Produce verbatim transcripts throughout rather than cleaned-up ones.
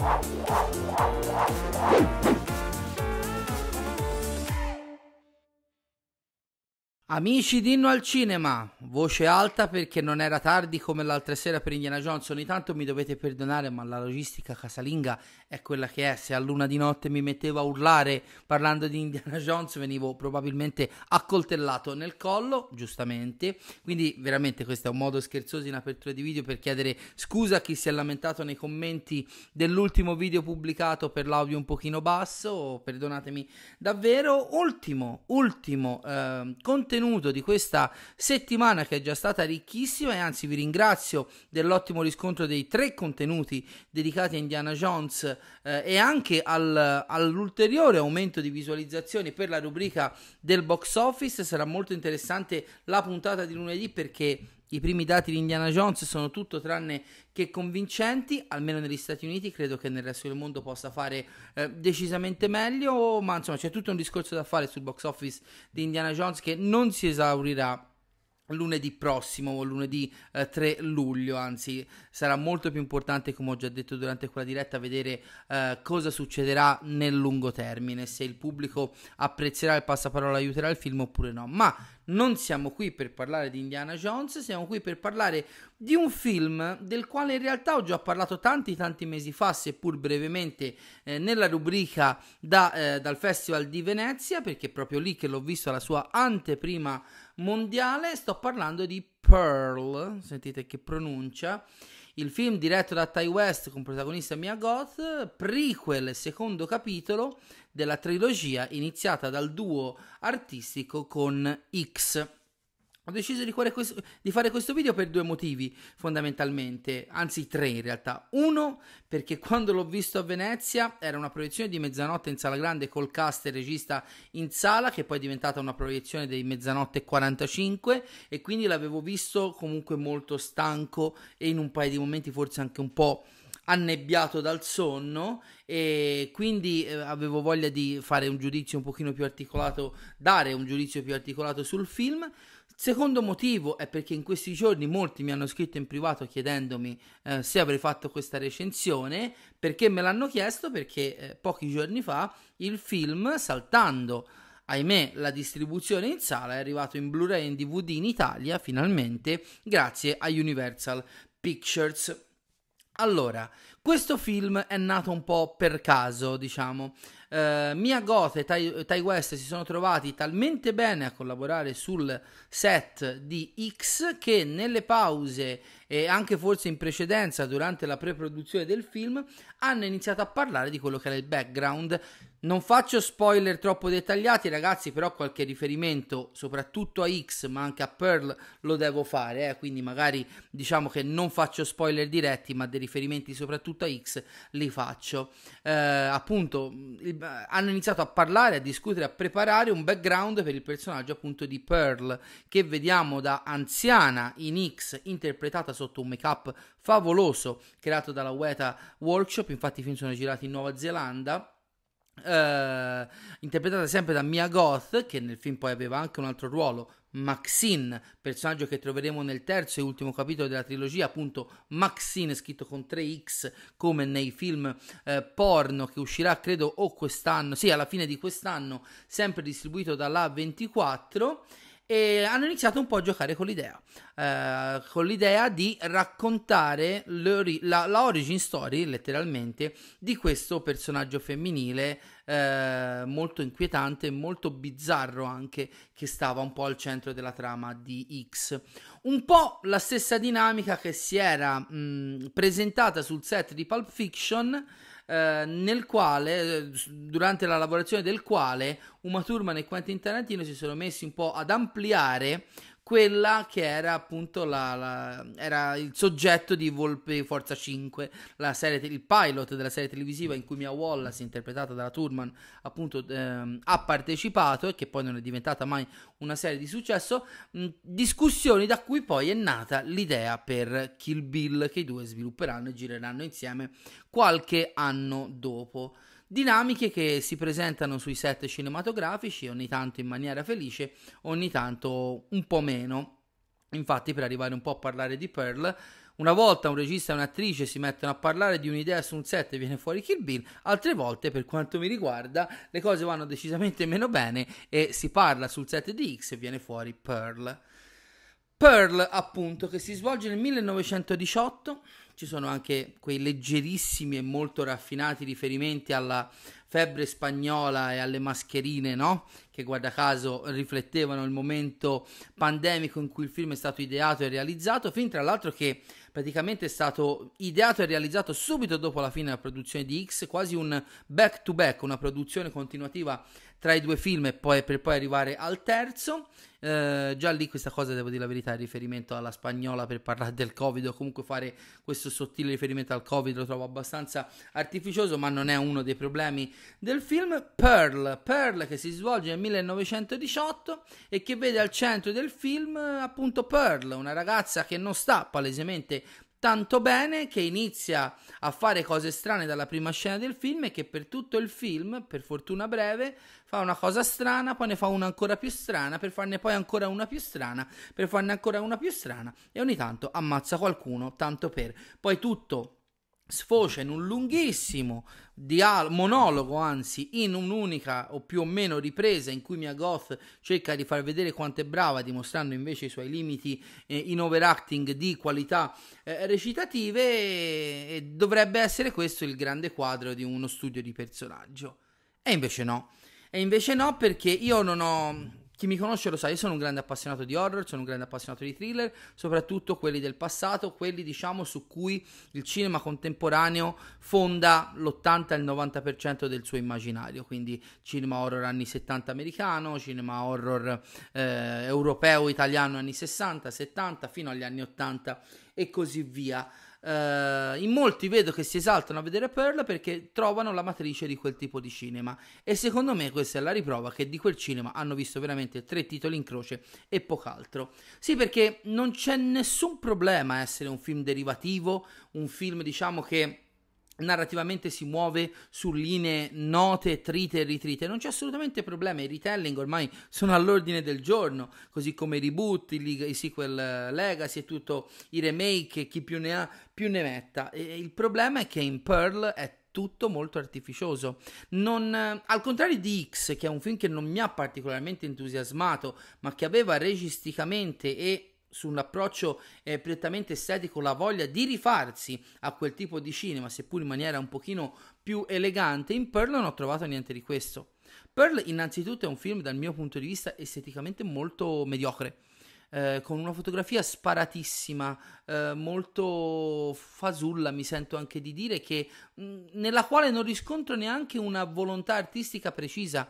Amici di Inno al Cinema, voce alta perché non era tardi come l'altra sera per Indiana Jones. Ogni tanto mi dovete perdonare, ma la logistica casalinga è quella che è. Se a luna di notte mi mettevo a urlare parlando di Indiana Jones, venivo probabilmente accoltellato nel collo, giustamente. Quindi veramente questo è un modo scherzoso in apertura di video per chiedere scusa a chi si è lamentato nei commenti dell'ultimo video pubblicato per l'audio un pochino basso. Perdonatemi davvero. Ultimo, ultimo eh, contenuto di questa settimana, che è già stata ricchissima, e anzi vi ringrazio dell'ottimo riscontro dei tre contenuti dedicati a Indiana Jones eh, e anche al, all'ulteriore aumento di visualizzazioni per la rubrica del box office. Sarà molto interessante la puntata di lunedì, perché i primi dati di Indiana Jones sono tutto tranne che convincenti, almeno negli Stati Uniti. Credo che nel resto del mondo possa fare eh, decisamente meglio, ma insomma c'è tutto un discorso da fare sul box office di Indiana Jones, che non si esaurirà lunedì prossimo o lunedì eh, tre luglio, anzi sarà molto più importante, come ho già detto durante quella diretta, vedere eh, cosa succederà nel lungo termine, se il pubblico apprezzerà il passaparola, aiuterà il film oppure no. Ma non siamo qui per parlare di Indiana Jones, siamo qui per parlare di un film del quale in realtà ho già parlato tanti tanti mesi fa, seppur brevemente, eh, nella rubrica da, eh, dal Festival di Venezia, perché è proprio lì che l'ho visto alla sua anteprima mondiale. Sto parlando di Pearl, sentite che pronuncia, il film diretto da Ti West con protagonista Mia Goth, prequel, secondo capitolo della trilogia iniziata dal duo artistico con X. Ho deciso di fare, questo, di fare questo video per due motivi fondamentalmente, anzi tre in realtà. Uno, perché quando l'ho visto a Venezia era una proiezione di mezzanotte in sala grande col cast e regista in sala, che poi è diventata una proiezione dei mezzanotte e quarantacinque, e quindi l'avevo visto comunque molto stanco e in un paio di momenti forse anche un po' annebbiato dal sonno, e quindi eh, avevo voglia di fare un giudizio un pochino più articolato, dare un giudizio più articolato sul film. Secondo motivo è perché in questi giorni molti mi hanno scritto in privato chiedendomi eh, se avrei fatto questa recensione. Perché me l'hanno chiesto? Perché eh, pochi giorni fa il film, saltando ahimè la distribuzione in sala, è arrivato in Blu-ray e in D V D in Italia finalmente, grazie a Universal Pictures. Allora, questo film è nato un po' per caso, diciamo. Uh, Mia Goth e Ti, Ti West si sono trovati talmente bene a collaborare sul set di X che nelle pause e anche forse in precedenza, durante la pre-produzione del film, hanno iniziato a parlare di quello che era il background. Non faccio spoiler troppo dettagliati, ragazzi, però qualche riferimento soprattutto a X ma anche a Pearl lo devo fare, eh? Quindi magari diciamo che non faccio spoiler diretti, ma dei riferimenti soprattutto a X li faccio. Eh, appunto il, hanno iniziato a parlare, a discutere, a preparare un background per il personaggio appunto di Pearl, che vediamo da anziana in X, interpretata sotto un make-up favoloso creato dalla Weta Workshop. Infatti i film sono girati in Nuova Zelanda. Uh, interpretata sempre da Mia Goth, che nel film poi aveva anche un altro ruolo, Maxine, personaggio che troveremo nel terzo e ultimo capitolo della trilogia, appunto Maxine scritto con tre X come nei film eh, porno, che uscirà credo o quest'anno, sì, alla fine di quest'anno, sempre distribuito dalla A ventiquattro. E hanno iniziato un po' a giocare con l'idea, eh, con l'idea di raccontare la, la origin story, letteralmente, di questo personaggio femminile eh, molto inquietante, molto bizzarro anche, che stava un po' al centro della trama di X. Un po' la stessa dinamica che si era mh, presentata sul set di Pulp Fiction, Uh, nel quale, durante la lavorazione del quale, Uma Thurman e Quentin Tarantino si sono messi un po' ad ampliare quella che era appunto la, la, era il soggetto di Volpe Forza cinque, la serie, il pilot della serie televisiva in cui Mia Wallace, interpretata dalla Thurman, appunto ehm, ha partecipato, e che poi non è diventata mai una serie di successo. Mh, discussioni da cui poi è nata l'idea per Kill Bill, che i due svilupperanno e gireranno insieme qualche anno dopo. Dinamiche che si presentano sui set cinematografici, ogni tanto in maniera felice, ogni tanto un po' meno. Infatti, per arrivare un po' a parlare di Pearl, Una volta un regista e un'attrice si mettono a parlare di un'idea su un set e viene fuori Kill Bill, altre volte, per quanto mi riguarda, le cose vanno decisamente meno bene e si parla sul set di X e viene fuori Pearl. Pearl, appunto, che si svolge nel millenovecentodiciotto. Ci sono anche quei leggerissimi e molto raffinati riferimenti alla febbre spagnola e alle mascherine, no? Che guarda caso riflettevano il momento pandemico in cui il film è stato ideato e realizzato. Film tra l'altro che praticamente è stato ideato e realizzato subito dopo la fine della produzione di X, quasi un back to back, una produzione continuativa tra i due film e poi, per poi arrivare al terzo. Eh, già lì questa cosa, devo dire la verità, il riferimento alla spagnola per parlare del Covid o comunque fare questo sottile riferimento al Covid lo trovo abbastanza artificioso, ma non è uno dei problemi del film. Pearl, Pearl che si svolge nel millenovecentodiciotto e che vede al centro del film appunto Pearl, una ragazza che non sta palesemente tanto bene, che inizia a fare cose strane dalla prima scena del film e che per tutto il film, per fortuna breve, fa una cosa strana, poi ne fa una ancora più strana, per farne poi ancora una più strana, per farne ancora una più strana e ogni tanto ammazza qualcuno, tanto per. Poi tutto sfocia in un lunghissimo dial- monologo, anzi in un'unica o più o meno ripresa in cui Mia Goth cerca di far vedere quanto è brava, dimostrando invece i suoi limiti eh, in overacting di qualità eh, recitative e, e dovrebbe essere questo il grande quadro di uno studio di personaggio. E invece no. E invece no, perché io non ho... Chi mi conosce lo sa, io sono un grande appassionato di horror, sono un grande appassionato di thriller, soprattutto quelli del passato, quelli diciamo su cui il cinema contemporaneo fonda l'ottanta e il novanta per cento del suo immaginario, quindi cinema horror anni settanta americano, cinema horror eh, europeo, italiano anni sessanta, settanta, fino agli anni ottanta e così via. Uh, in molti vedo che si esaltano a vedere Pearl perché trovano la matrice di quel tipo di cinema e secondo me questa è la riprova che di quel cinema hanno visto veramente tre titoli in croce e poch'altro. Sì, perché non c'è nessun problema a essere un film derivativo, un film diciamo che narrativamente si muove su linee note, trite e ritrite, non c'è assolutamente problema. I retelling ormai sono all'ordine del giorno, così come i reboot, i, i sequel legacy e tutto, i remake, chi più ne ha più ne metta. E il problema è che in Pearl è tutto molto artificioso, non, al contrario di X, che è un film che non mi ha particolarmente entusiasmato ma che aveva registicamente e sull'approccio eh, prettamente estetico la voglia di rifarsi a quel tipo di cinema, seppur in maniera un pochino più elegante. In Pearl non ho trovato niente di questo. Pearl innanzitutto è un film dal mio punto di vista esteticamente molto mediocre, eh, con una fotografia sparatissima, eh, molto fasulla, mi sento anche di dire, che mh, nella quale non riscontro neanche una volontà artistica precisa.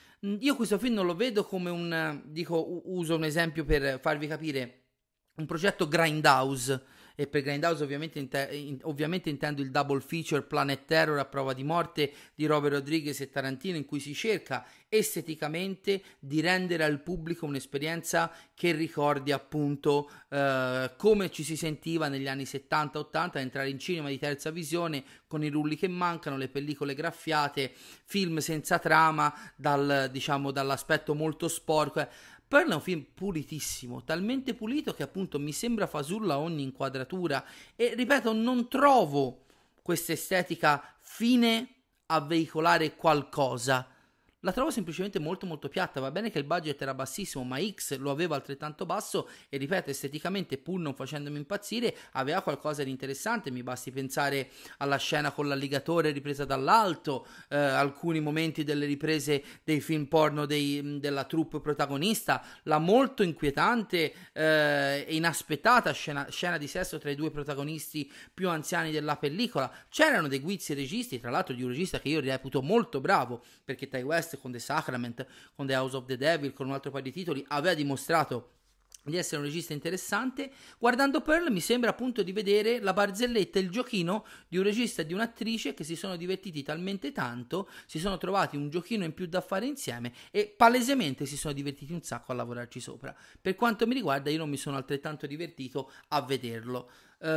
Io questo film non lo vedo come un, dico, uso un esempio per farvi capire, un progetto Grindhouse, e per Grindhouse ovviamente, inte- in- ovviamente intendo il double feature Planet Terror a prova di morte di Robert Rodriguez e Tarantino, in cui si cerca esteticamente di rendere al pubblico un'esperienza che ricordi appunto eh, come ci si sentiva negli anni settanta ottanta, entrare in cinema di terza visione con i rulli che mancano, le pellicole graffiate, film senza trama, dal, diciamo, dall'aspetto molto sporco. Pearl è un film pulitissimo, talmente pulito che appunto mi sembra fasulla a ogni inquadratura e ripeto, non trovo questa estetica fine a veicolare qualcosa. La trovo semplicemente molto molto piatta. Va bene che il budget era bassissimo, ma X lo aveva altrettanto basso e ripeto, esteticamente, pur non facendomi impazzire, aveva qualcosa di interessante. Mi basti pensare alla scena con l'alligatore ripresa dall'alto, eh, alcuni momenti delle riprese dei film porno dei, della troupe protagonista, la molto inquietante eh, e inaspettata scena, scena di sesso tra i due protagonisti più anziani della pellicola. C'erano dei guizzi registi, tra l'altro di un regista che io reputo molto bravo, perché Ty West con The Sacrament, con The House of the Devil, con un altro paio di titoli, aveva dimostrato di essere un regista interessante. Guardando Pearl mi sembra appunto di vedere la barzelletta, il giochino di un regista e di un'attrice che si sono divertiti talmente tanto, si sono trovati un giochino in più da fare insieme e palesemente si sono divertiti un sacco a lavorarci sopra. Per quanto mi riguarda, io non mi sono altrettanto divertito a vederlo.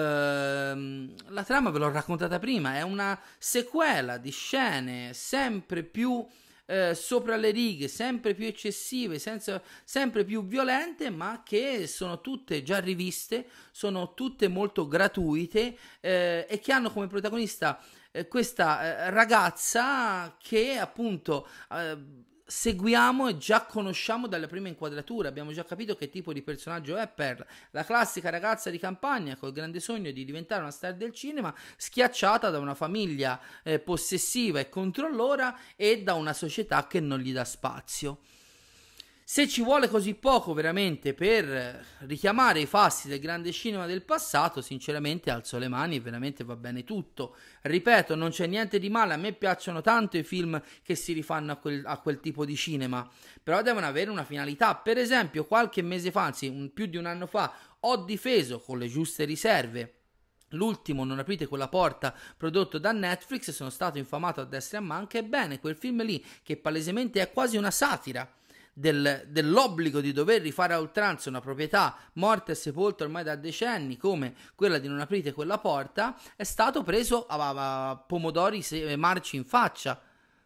Uh, la trama ve l'ho raccontata prima, è una sequela di scene sempre più eh, sopra le righe, sempre più eccessive, senza, sempre più violente, ma che sono tutte già riviste, sono tutte molto gratuite eh, e che hanno come protagonista eh, questa eh, ragazza che appunto eh, seguiamo e già conosciamo dalla prima inquadratura. Abbiamo già capito che tipo di personaggio è Pearl, la classica ragazza di campagna col grande sogno di diventare una star del cinema, schiacciata da una famiglia eh, possessiva e controllora e da una società che non gli dà spazio. Se ci vuole così poco veramente per richiamare i fasti del grande cinema del passato, sinceramente alzo le mani e veramente va bene tutto. Ripeto, non c'è niente di male, a me piacciono tanto i film che si rifanno a quel, a quel tipo di cinema, però devono avere una finalità. Per esempio, qualche mese fa, anzi un, più di un anno fa, ho difeso con le giuste riserve l'ultimo Non aprite quella porta prodotto da Netflix, sono stato infamato a destra e a manca. Ebbene, quel film lì, che palesemente è quasi una satira Del, dell'obbligo di dover rifare a oltranza una proprietà morta e sepolta ormai da decenni come quella di Non aprite quella porta, è stato preso a, a pomodori se, marci in faccia.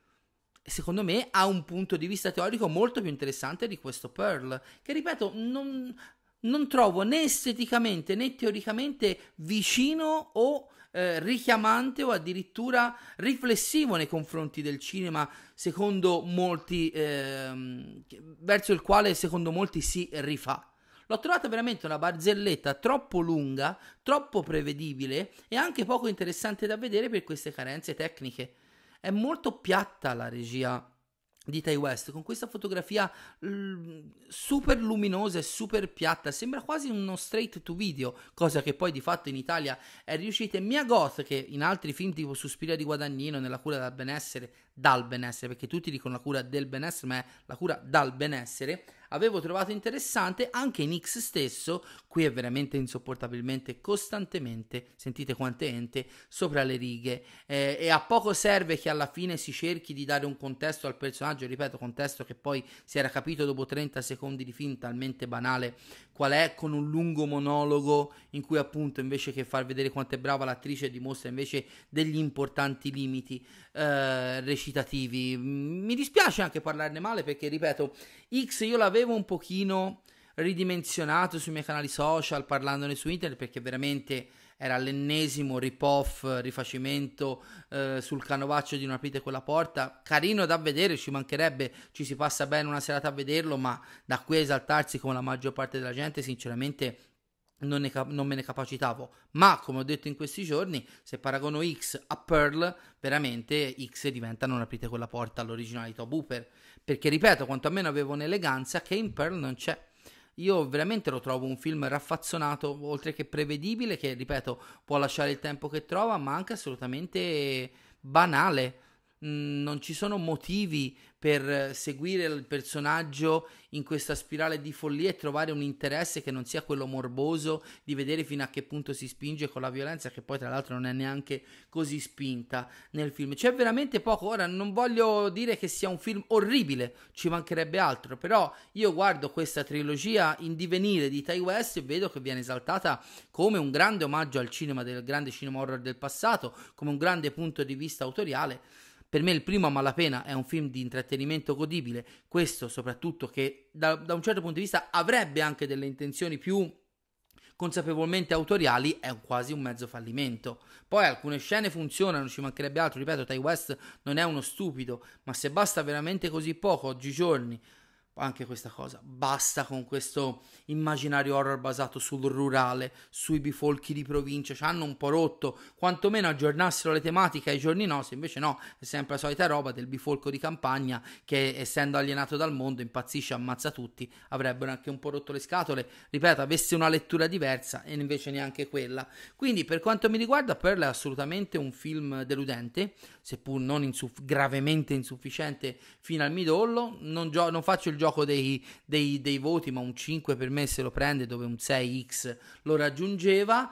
E secondo me ha un punto di vista teorico molto più interessante di questo Pearl, che ripeto non, non trovo né esteticamente né teoricamente vicino o Eh, richiamante o addirittura riflessivo nei confronti del cinema, secondo molti, ehm, verso il quale secondo molti si rifà. L'ho trovata veramente una barzelletta troppo lunga, troppo prevedibile e anche poco interessante da vedere per queste carenze tecniche. È molto piatta la regia di Ti West, con questa fotografia l- super luminosa e super piatta, sembra quasi uno straight to video, cosa che poi di fatto in Italia è riuscita. E Mia Goth, che in altri film tipo Suspiria di Guadagnino, Nella cura dal benessere, dal benessere, perché tutti dicono la cura del benessere, ma è la cura dal benessere, avevo trovato interessante. Anche in X stesso, qui è veramente insopportabilmente, costantemente, sentite quante ente, sopra le righe, eh, e a poco serve che alla fine si cerchi di dare un contesto al personaggio, ripeto, contesto che poi si era capito dopo trenta secondi di film, talmente banale qual è, con un lungo monologo in cui appunto invece che far vedere quanto è brava l'attrice dimostra invece degli importanti limiti eh, recitativi. Mi dispiace anche parlarne male perché, ripeto, X io l'avevo un pochino ridimensionato sui miei canali social, parlandone su internet, perché veramente era l'ennesimo rip-off, rifacimento eh, sul canovaccio di Non aprite quella porta. Carino da vedere, ci mancherebbe, ci si passa bene una serata a vederlo, ma da qui a esaltarsi come la maggior parte della gente, sinceramente non, ne cap- non me ne capacitavo. Ma come ho detto in questi giorni, se paragono X a Pearl, veramente X diventa Non aprite quella porta all'originale di Tobe Hooper, perché ripeto, quantomeno aveva un'eleganza che in Pearl non c'è. Io veramente lo trovo un film raffazzonato, oltre che prevedibile, che ripeto può lasciare il tempo che trova, ma anche assolutamente banale. Mm, non ci sono motivi per seguire il personaggio in questa spirale di follia e trovare un interesse che non sia quello morboso di vedere fino a che punto si spinge con la violenza, che poi tra l'altro non è neanche così spinta nel film. C'è veramente poco. Ora non voglio dire che sia un film orribile, ci mancherebbe altro, però io guardo questa trilogia in divenire di Ti West e vedo che viene esaltata come un grande omaggio al cinema del grande cinema horror del passato, come un grande punto di vista autoriale. Per me il primo, a malapena, è un film di intrattenimento godibile, questo soprattutto che da, da un certo punto di vista avrebbe anche delle intenzioni più consapevolmente autoriali, è un, quasi un mezzo fallimento. Poi alcune scene funzionano, ci mancherebbe altro, ripeto, Ti West non è uno stupido, ma se basta veramente così poco oggigiorni, anche questa cosa, basta con questo immaginario horror basato sul rurale, sui bifolchi di provincia, ci hanno un po' rotto, quantomeno aggiornassero le tematiche ai giorni nostri. Invece no, è sempre la solita roba del bifolco di campagna che, essendo alienato dal mondo, impazzisce, ammazza tutti. Avrebbero anche un po' rotto le scatole, ripeto, avesse una lettura diversa, e invece neanche quella. Quindi per quanto mi riguarda Pearl è assolutamente un film deludente, seppur non insuff- gravemente insufficiente fino al midollo. Non, gio- non faccio il gioco dei, dei, dei voti, ma un cinque per me se lo prende, dove un sei X lo raggiungeva.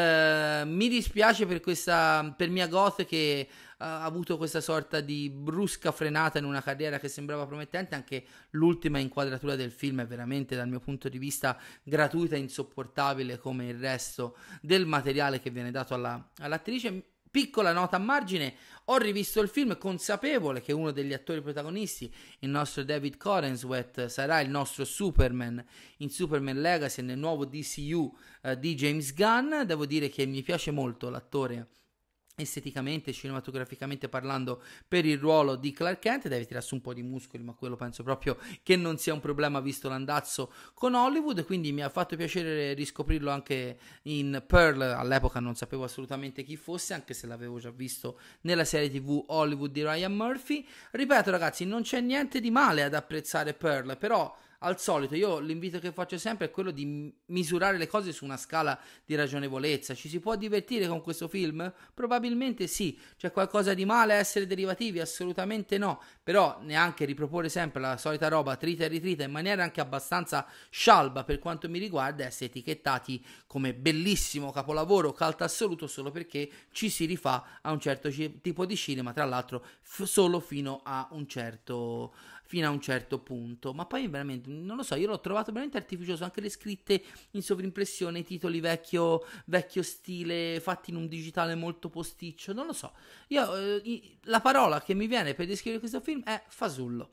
Eh, mi dispiace per questa, per Mia Goth, che ha avuto questa sorta di brusca frenata in una carriera che sembrava promettente. Anche l'ultima inquadratura del film è veramente, dal mio punto di vista, gratuita e insopportabile, come il resto del materiale che viene dato alla, all'attrice. Piccola nota a margine, ho rivisto il film consapevole che uno degli attori protagonisti, il nostro David Corenswet, sarà il nostro Superman in Superman Legacy nel nuovo D C U eh, di James Gunn. Devo dire che mi piace molto l'attore esteticamente, cinematograficamente parlando, per il ruolo di Clark Kent. Deve tirarsi un po' di muscoli, ma quello penso proprio che non sia un problema visto l'andazzo con Hollywood, quindi mi ha fatto piacere riscoprirlo anche in Pearl. All'epoca non sapevo assolutamente chi fosse, anche se l'avevo già visto nella serie tv Hollywood di Ryan Murphy. Ripeto ragazzi, non c'è niente di male ad apprezzare Pearl, però al solito io l'invito che faccio sempre è quello di misurare le cose su una scala di ragionevolezza. Ci si può divertire con questo film? Probabilmente sì. C'è qualcosa di male a essere derivativi? Assolutamente no. Però neanche riproporre sempre la solita roba trita e ritrita in maniera anche abbastanza scialba per quanto mi riguarda, essere etichettati come bellissimo capolavoro cult assoluto solo perché ci si rifà a un certo c- tipo di cinema, tra l'altro f- solo fino a un certo fino a un certo punto. Ma poi veramente non lo so, io l'ho trovato veramente artificioso, anche le scritte in sovrimpressione, i titoli vecchio, vecchio stile, fatti in un digitale molto posticcio, non lo so. Io eh, la parola che mi viene per descrivere questo film è fasullo.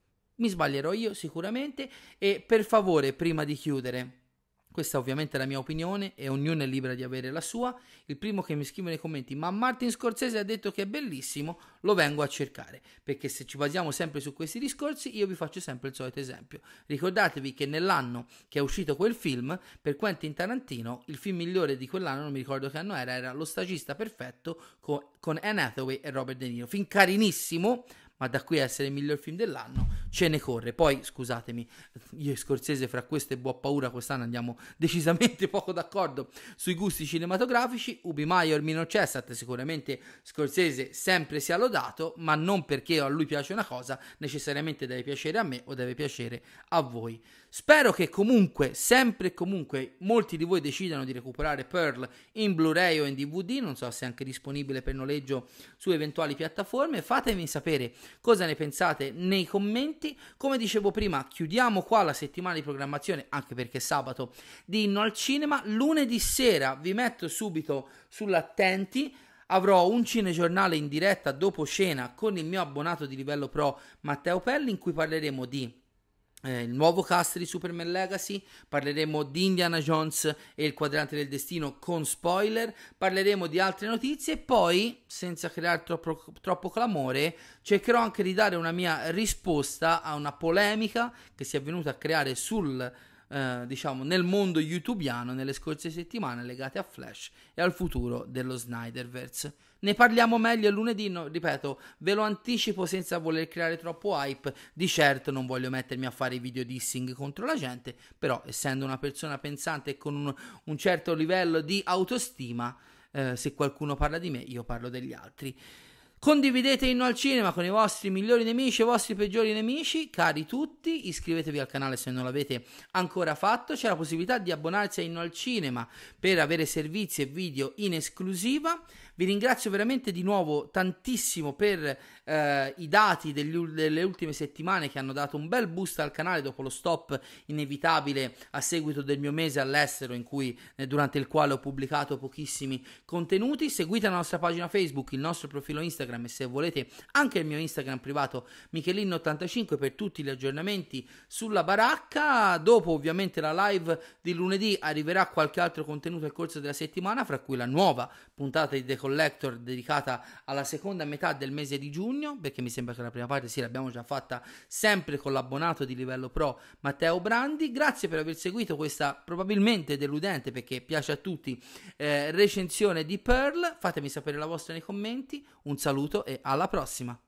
Mi sbaglierò io sicuramente, e per favore, prima di chiudere, questa ovviamente è la mia opinione e ognuno è libero di avere la sua, il primo che mi scrive nei commenti ma Martin Scorsese ha detto che è bellissimo, lo vengo a cercare, perché se ci basiamo sempre su questi discorsi io vi faccio sempre il solito esempio. Ricordatevi che nell'anno che è uscito quel film, per Quentin Tarantino, il film migliore di quell'anno, non mi ricordo che anno era, era Lo stagista perfetto con, con Anne Hathaway e Robert De Niro, film carinissimo, ma da qui a essere il miglior film dell'anno ce ne corre. Poi scusatemi, io e Scorsese fra questo e Buona Paura quest'anno andiamo decisamente poco d'accordo sui gusti cinematografici. Ubi maior minor cessat, sicuramente Scorsese sempre sia lodato, ma non perché a lui piace una cosa necessariamente deve piacere a me o deve piacere a voi. Spero che comunque, sempre e comunque, molti di voi decidano di recuperare Pearl in Blu-ray o in D V D, non so se è anche disponibile per noleggio su eventuali piattaforme. Fatemi sapere cosa ne pensate nei commenti. Come dicevo prima, chiudiamo qua la settimana di programmazione, anche perché è sabato, di Inno al Cinema. Lunedì sera vi metto subito sull'attenti. Avrò un cinegiornale in diretta dopo cena con il mio abbonato di livello pro Matteo Pelli, in cui parleremo di Eh, il nuovo cast di Superman Legacy, parleremo di Indiana Jones e il quadrante del destino con spoiler, parleremo di altre notizie e poi, senza creare troppo, troppo clamore, cercherò anche di dare una mia risposta a una polemica che si è venuta a creare sul eh, diciamo nel mondo youtubiano nelle scorse settimane legate a Flash e al futuro dello Snyderverse. Ne parliamo meglio lunedì, no, ripeto, ve lo anticipo senza voler creare troppo hype. Di certo non voglio mettermi a fare video dissing contro la gente, però essendo una persona pensante e con un, un certo livello di autostima, eh, se qualcuno parla di me, io parlo degli altri. Condividete Inno al Cinema con i vostri migliori nemici e i vostri peggiori nemici, cari tutti. Iscrivetevi al canale se non l'avete ancora fatto. C'è la possibilità di abbonarsi a Inno al Cinema per avere servizi e video in esclusiva. Vi ringrazio veramente di nuovo tantissimo per eh, i dati degli, delle ultime settimane che hanno dato un bel boost al canale dopo lo stop inevitabile a seguito del mio mese all'estero, in cui, eh, durante il quale ho pubblicato pochissimi contenuti. Seguite la nostra pagina Facebook, il nostro profilo Instagram e se volete anche il mio Instagram privato Michelin ottantacinque per tutti gli aggiornamenti sulla baracca. Dopo ovviamente la live di lunedì arriverà qualche altro contenuto nel corso della settimana, fra cui la nuova puntata di The Collector dedicata alla seconda metà del mese di giugno, perché mi sembra che la prima parte sì l'abbiamo già fatta sempre con l'abbonato di livello pro Matteo Brandi. Grazie per aver seguito questa probabilmente deludente, perché piace a tutti, eh, recensione di Pearl. Fatemi sapere la vostra nei commenti. Un saluto e alla prossima.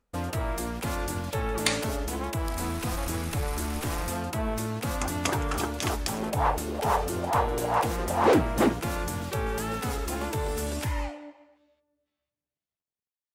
Wow.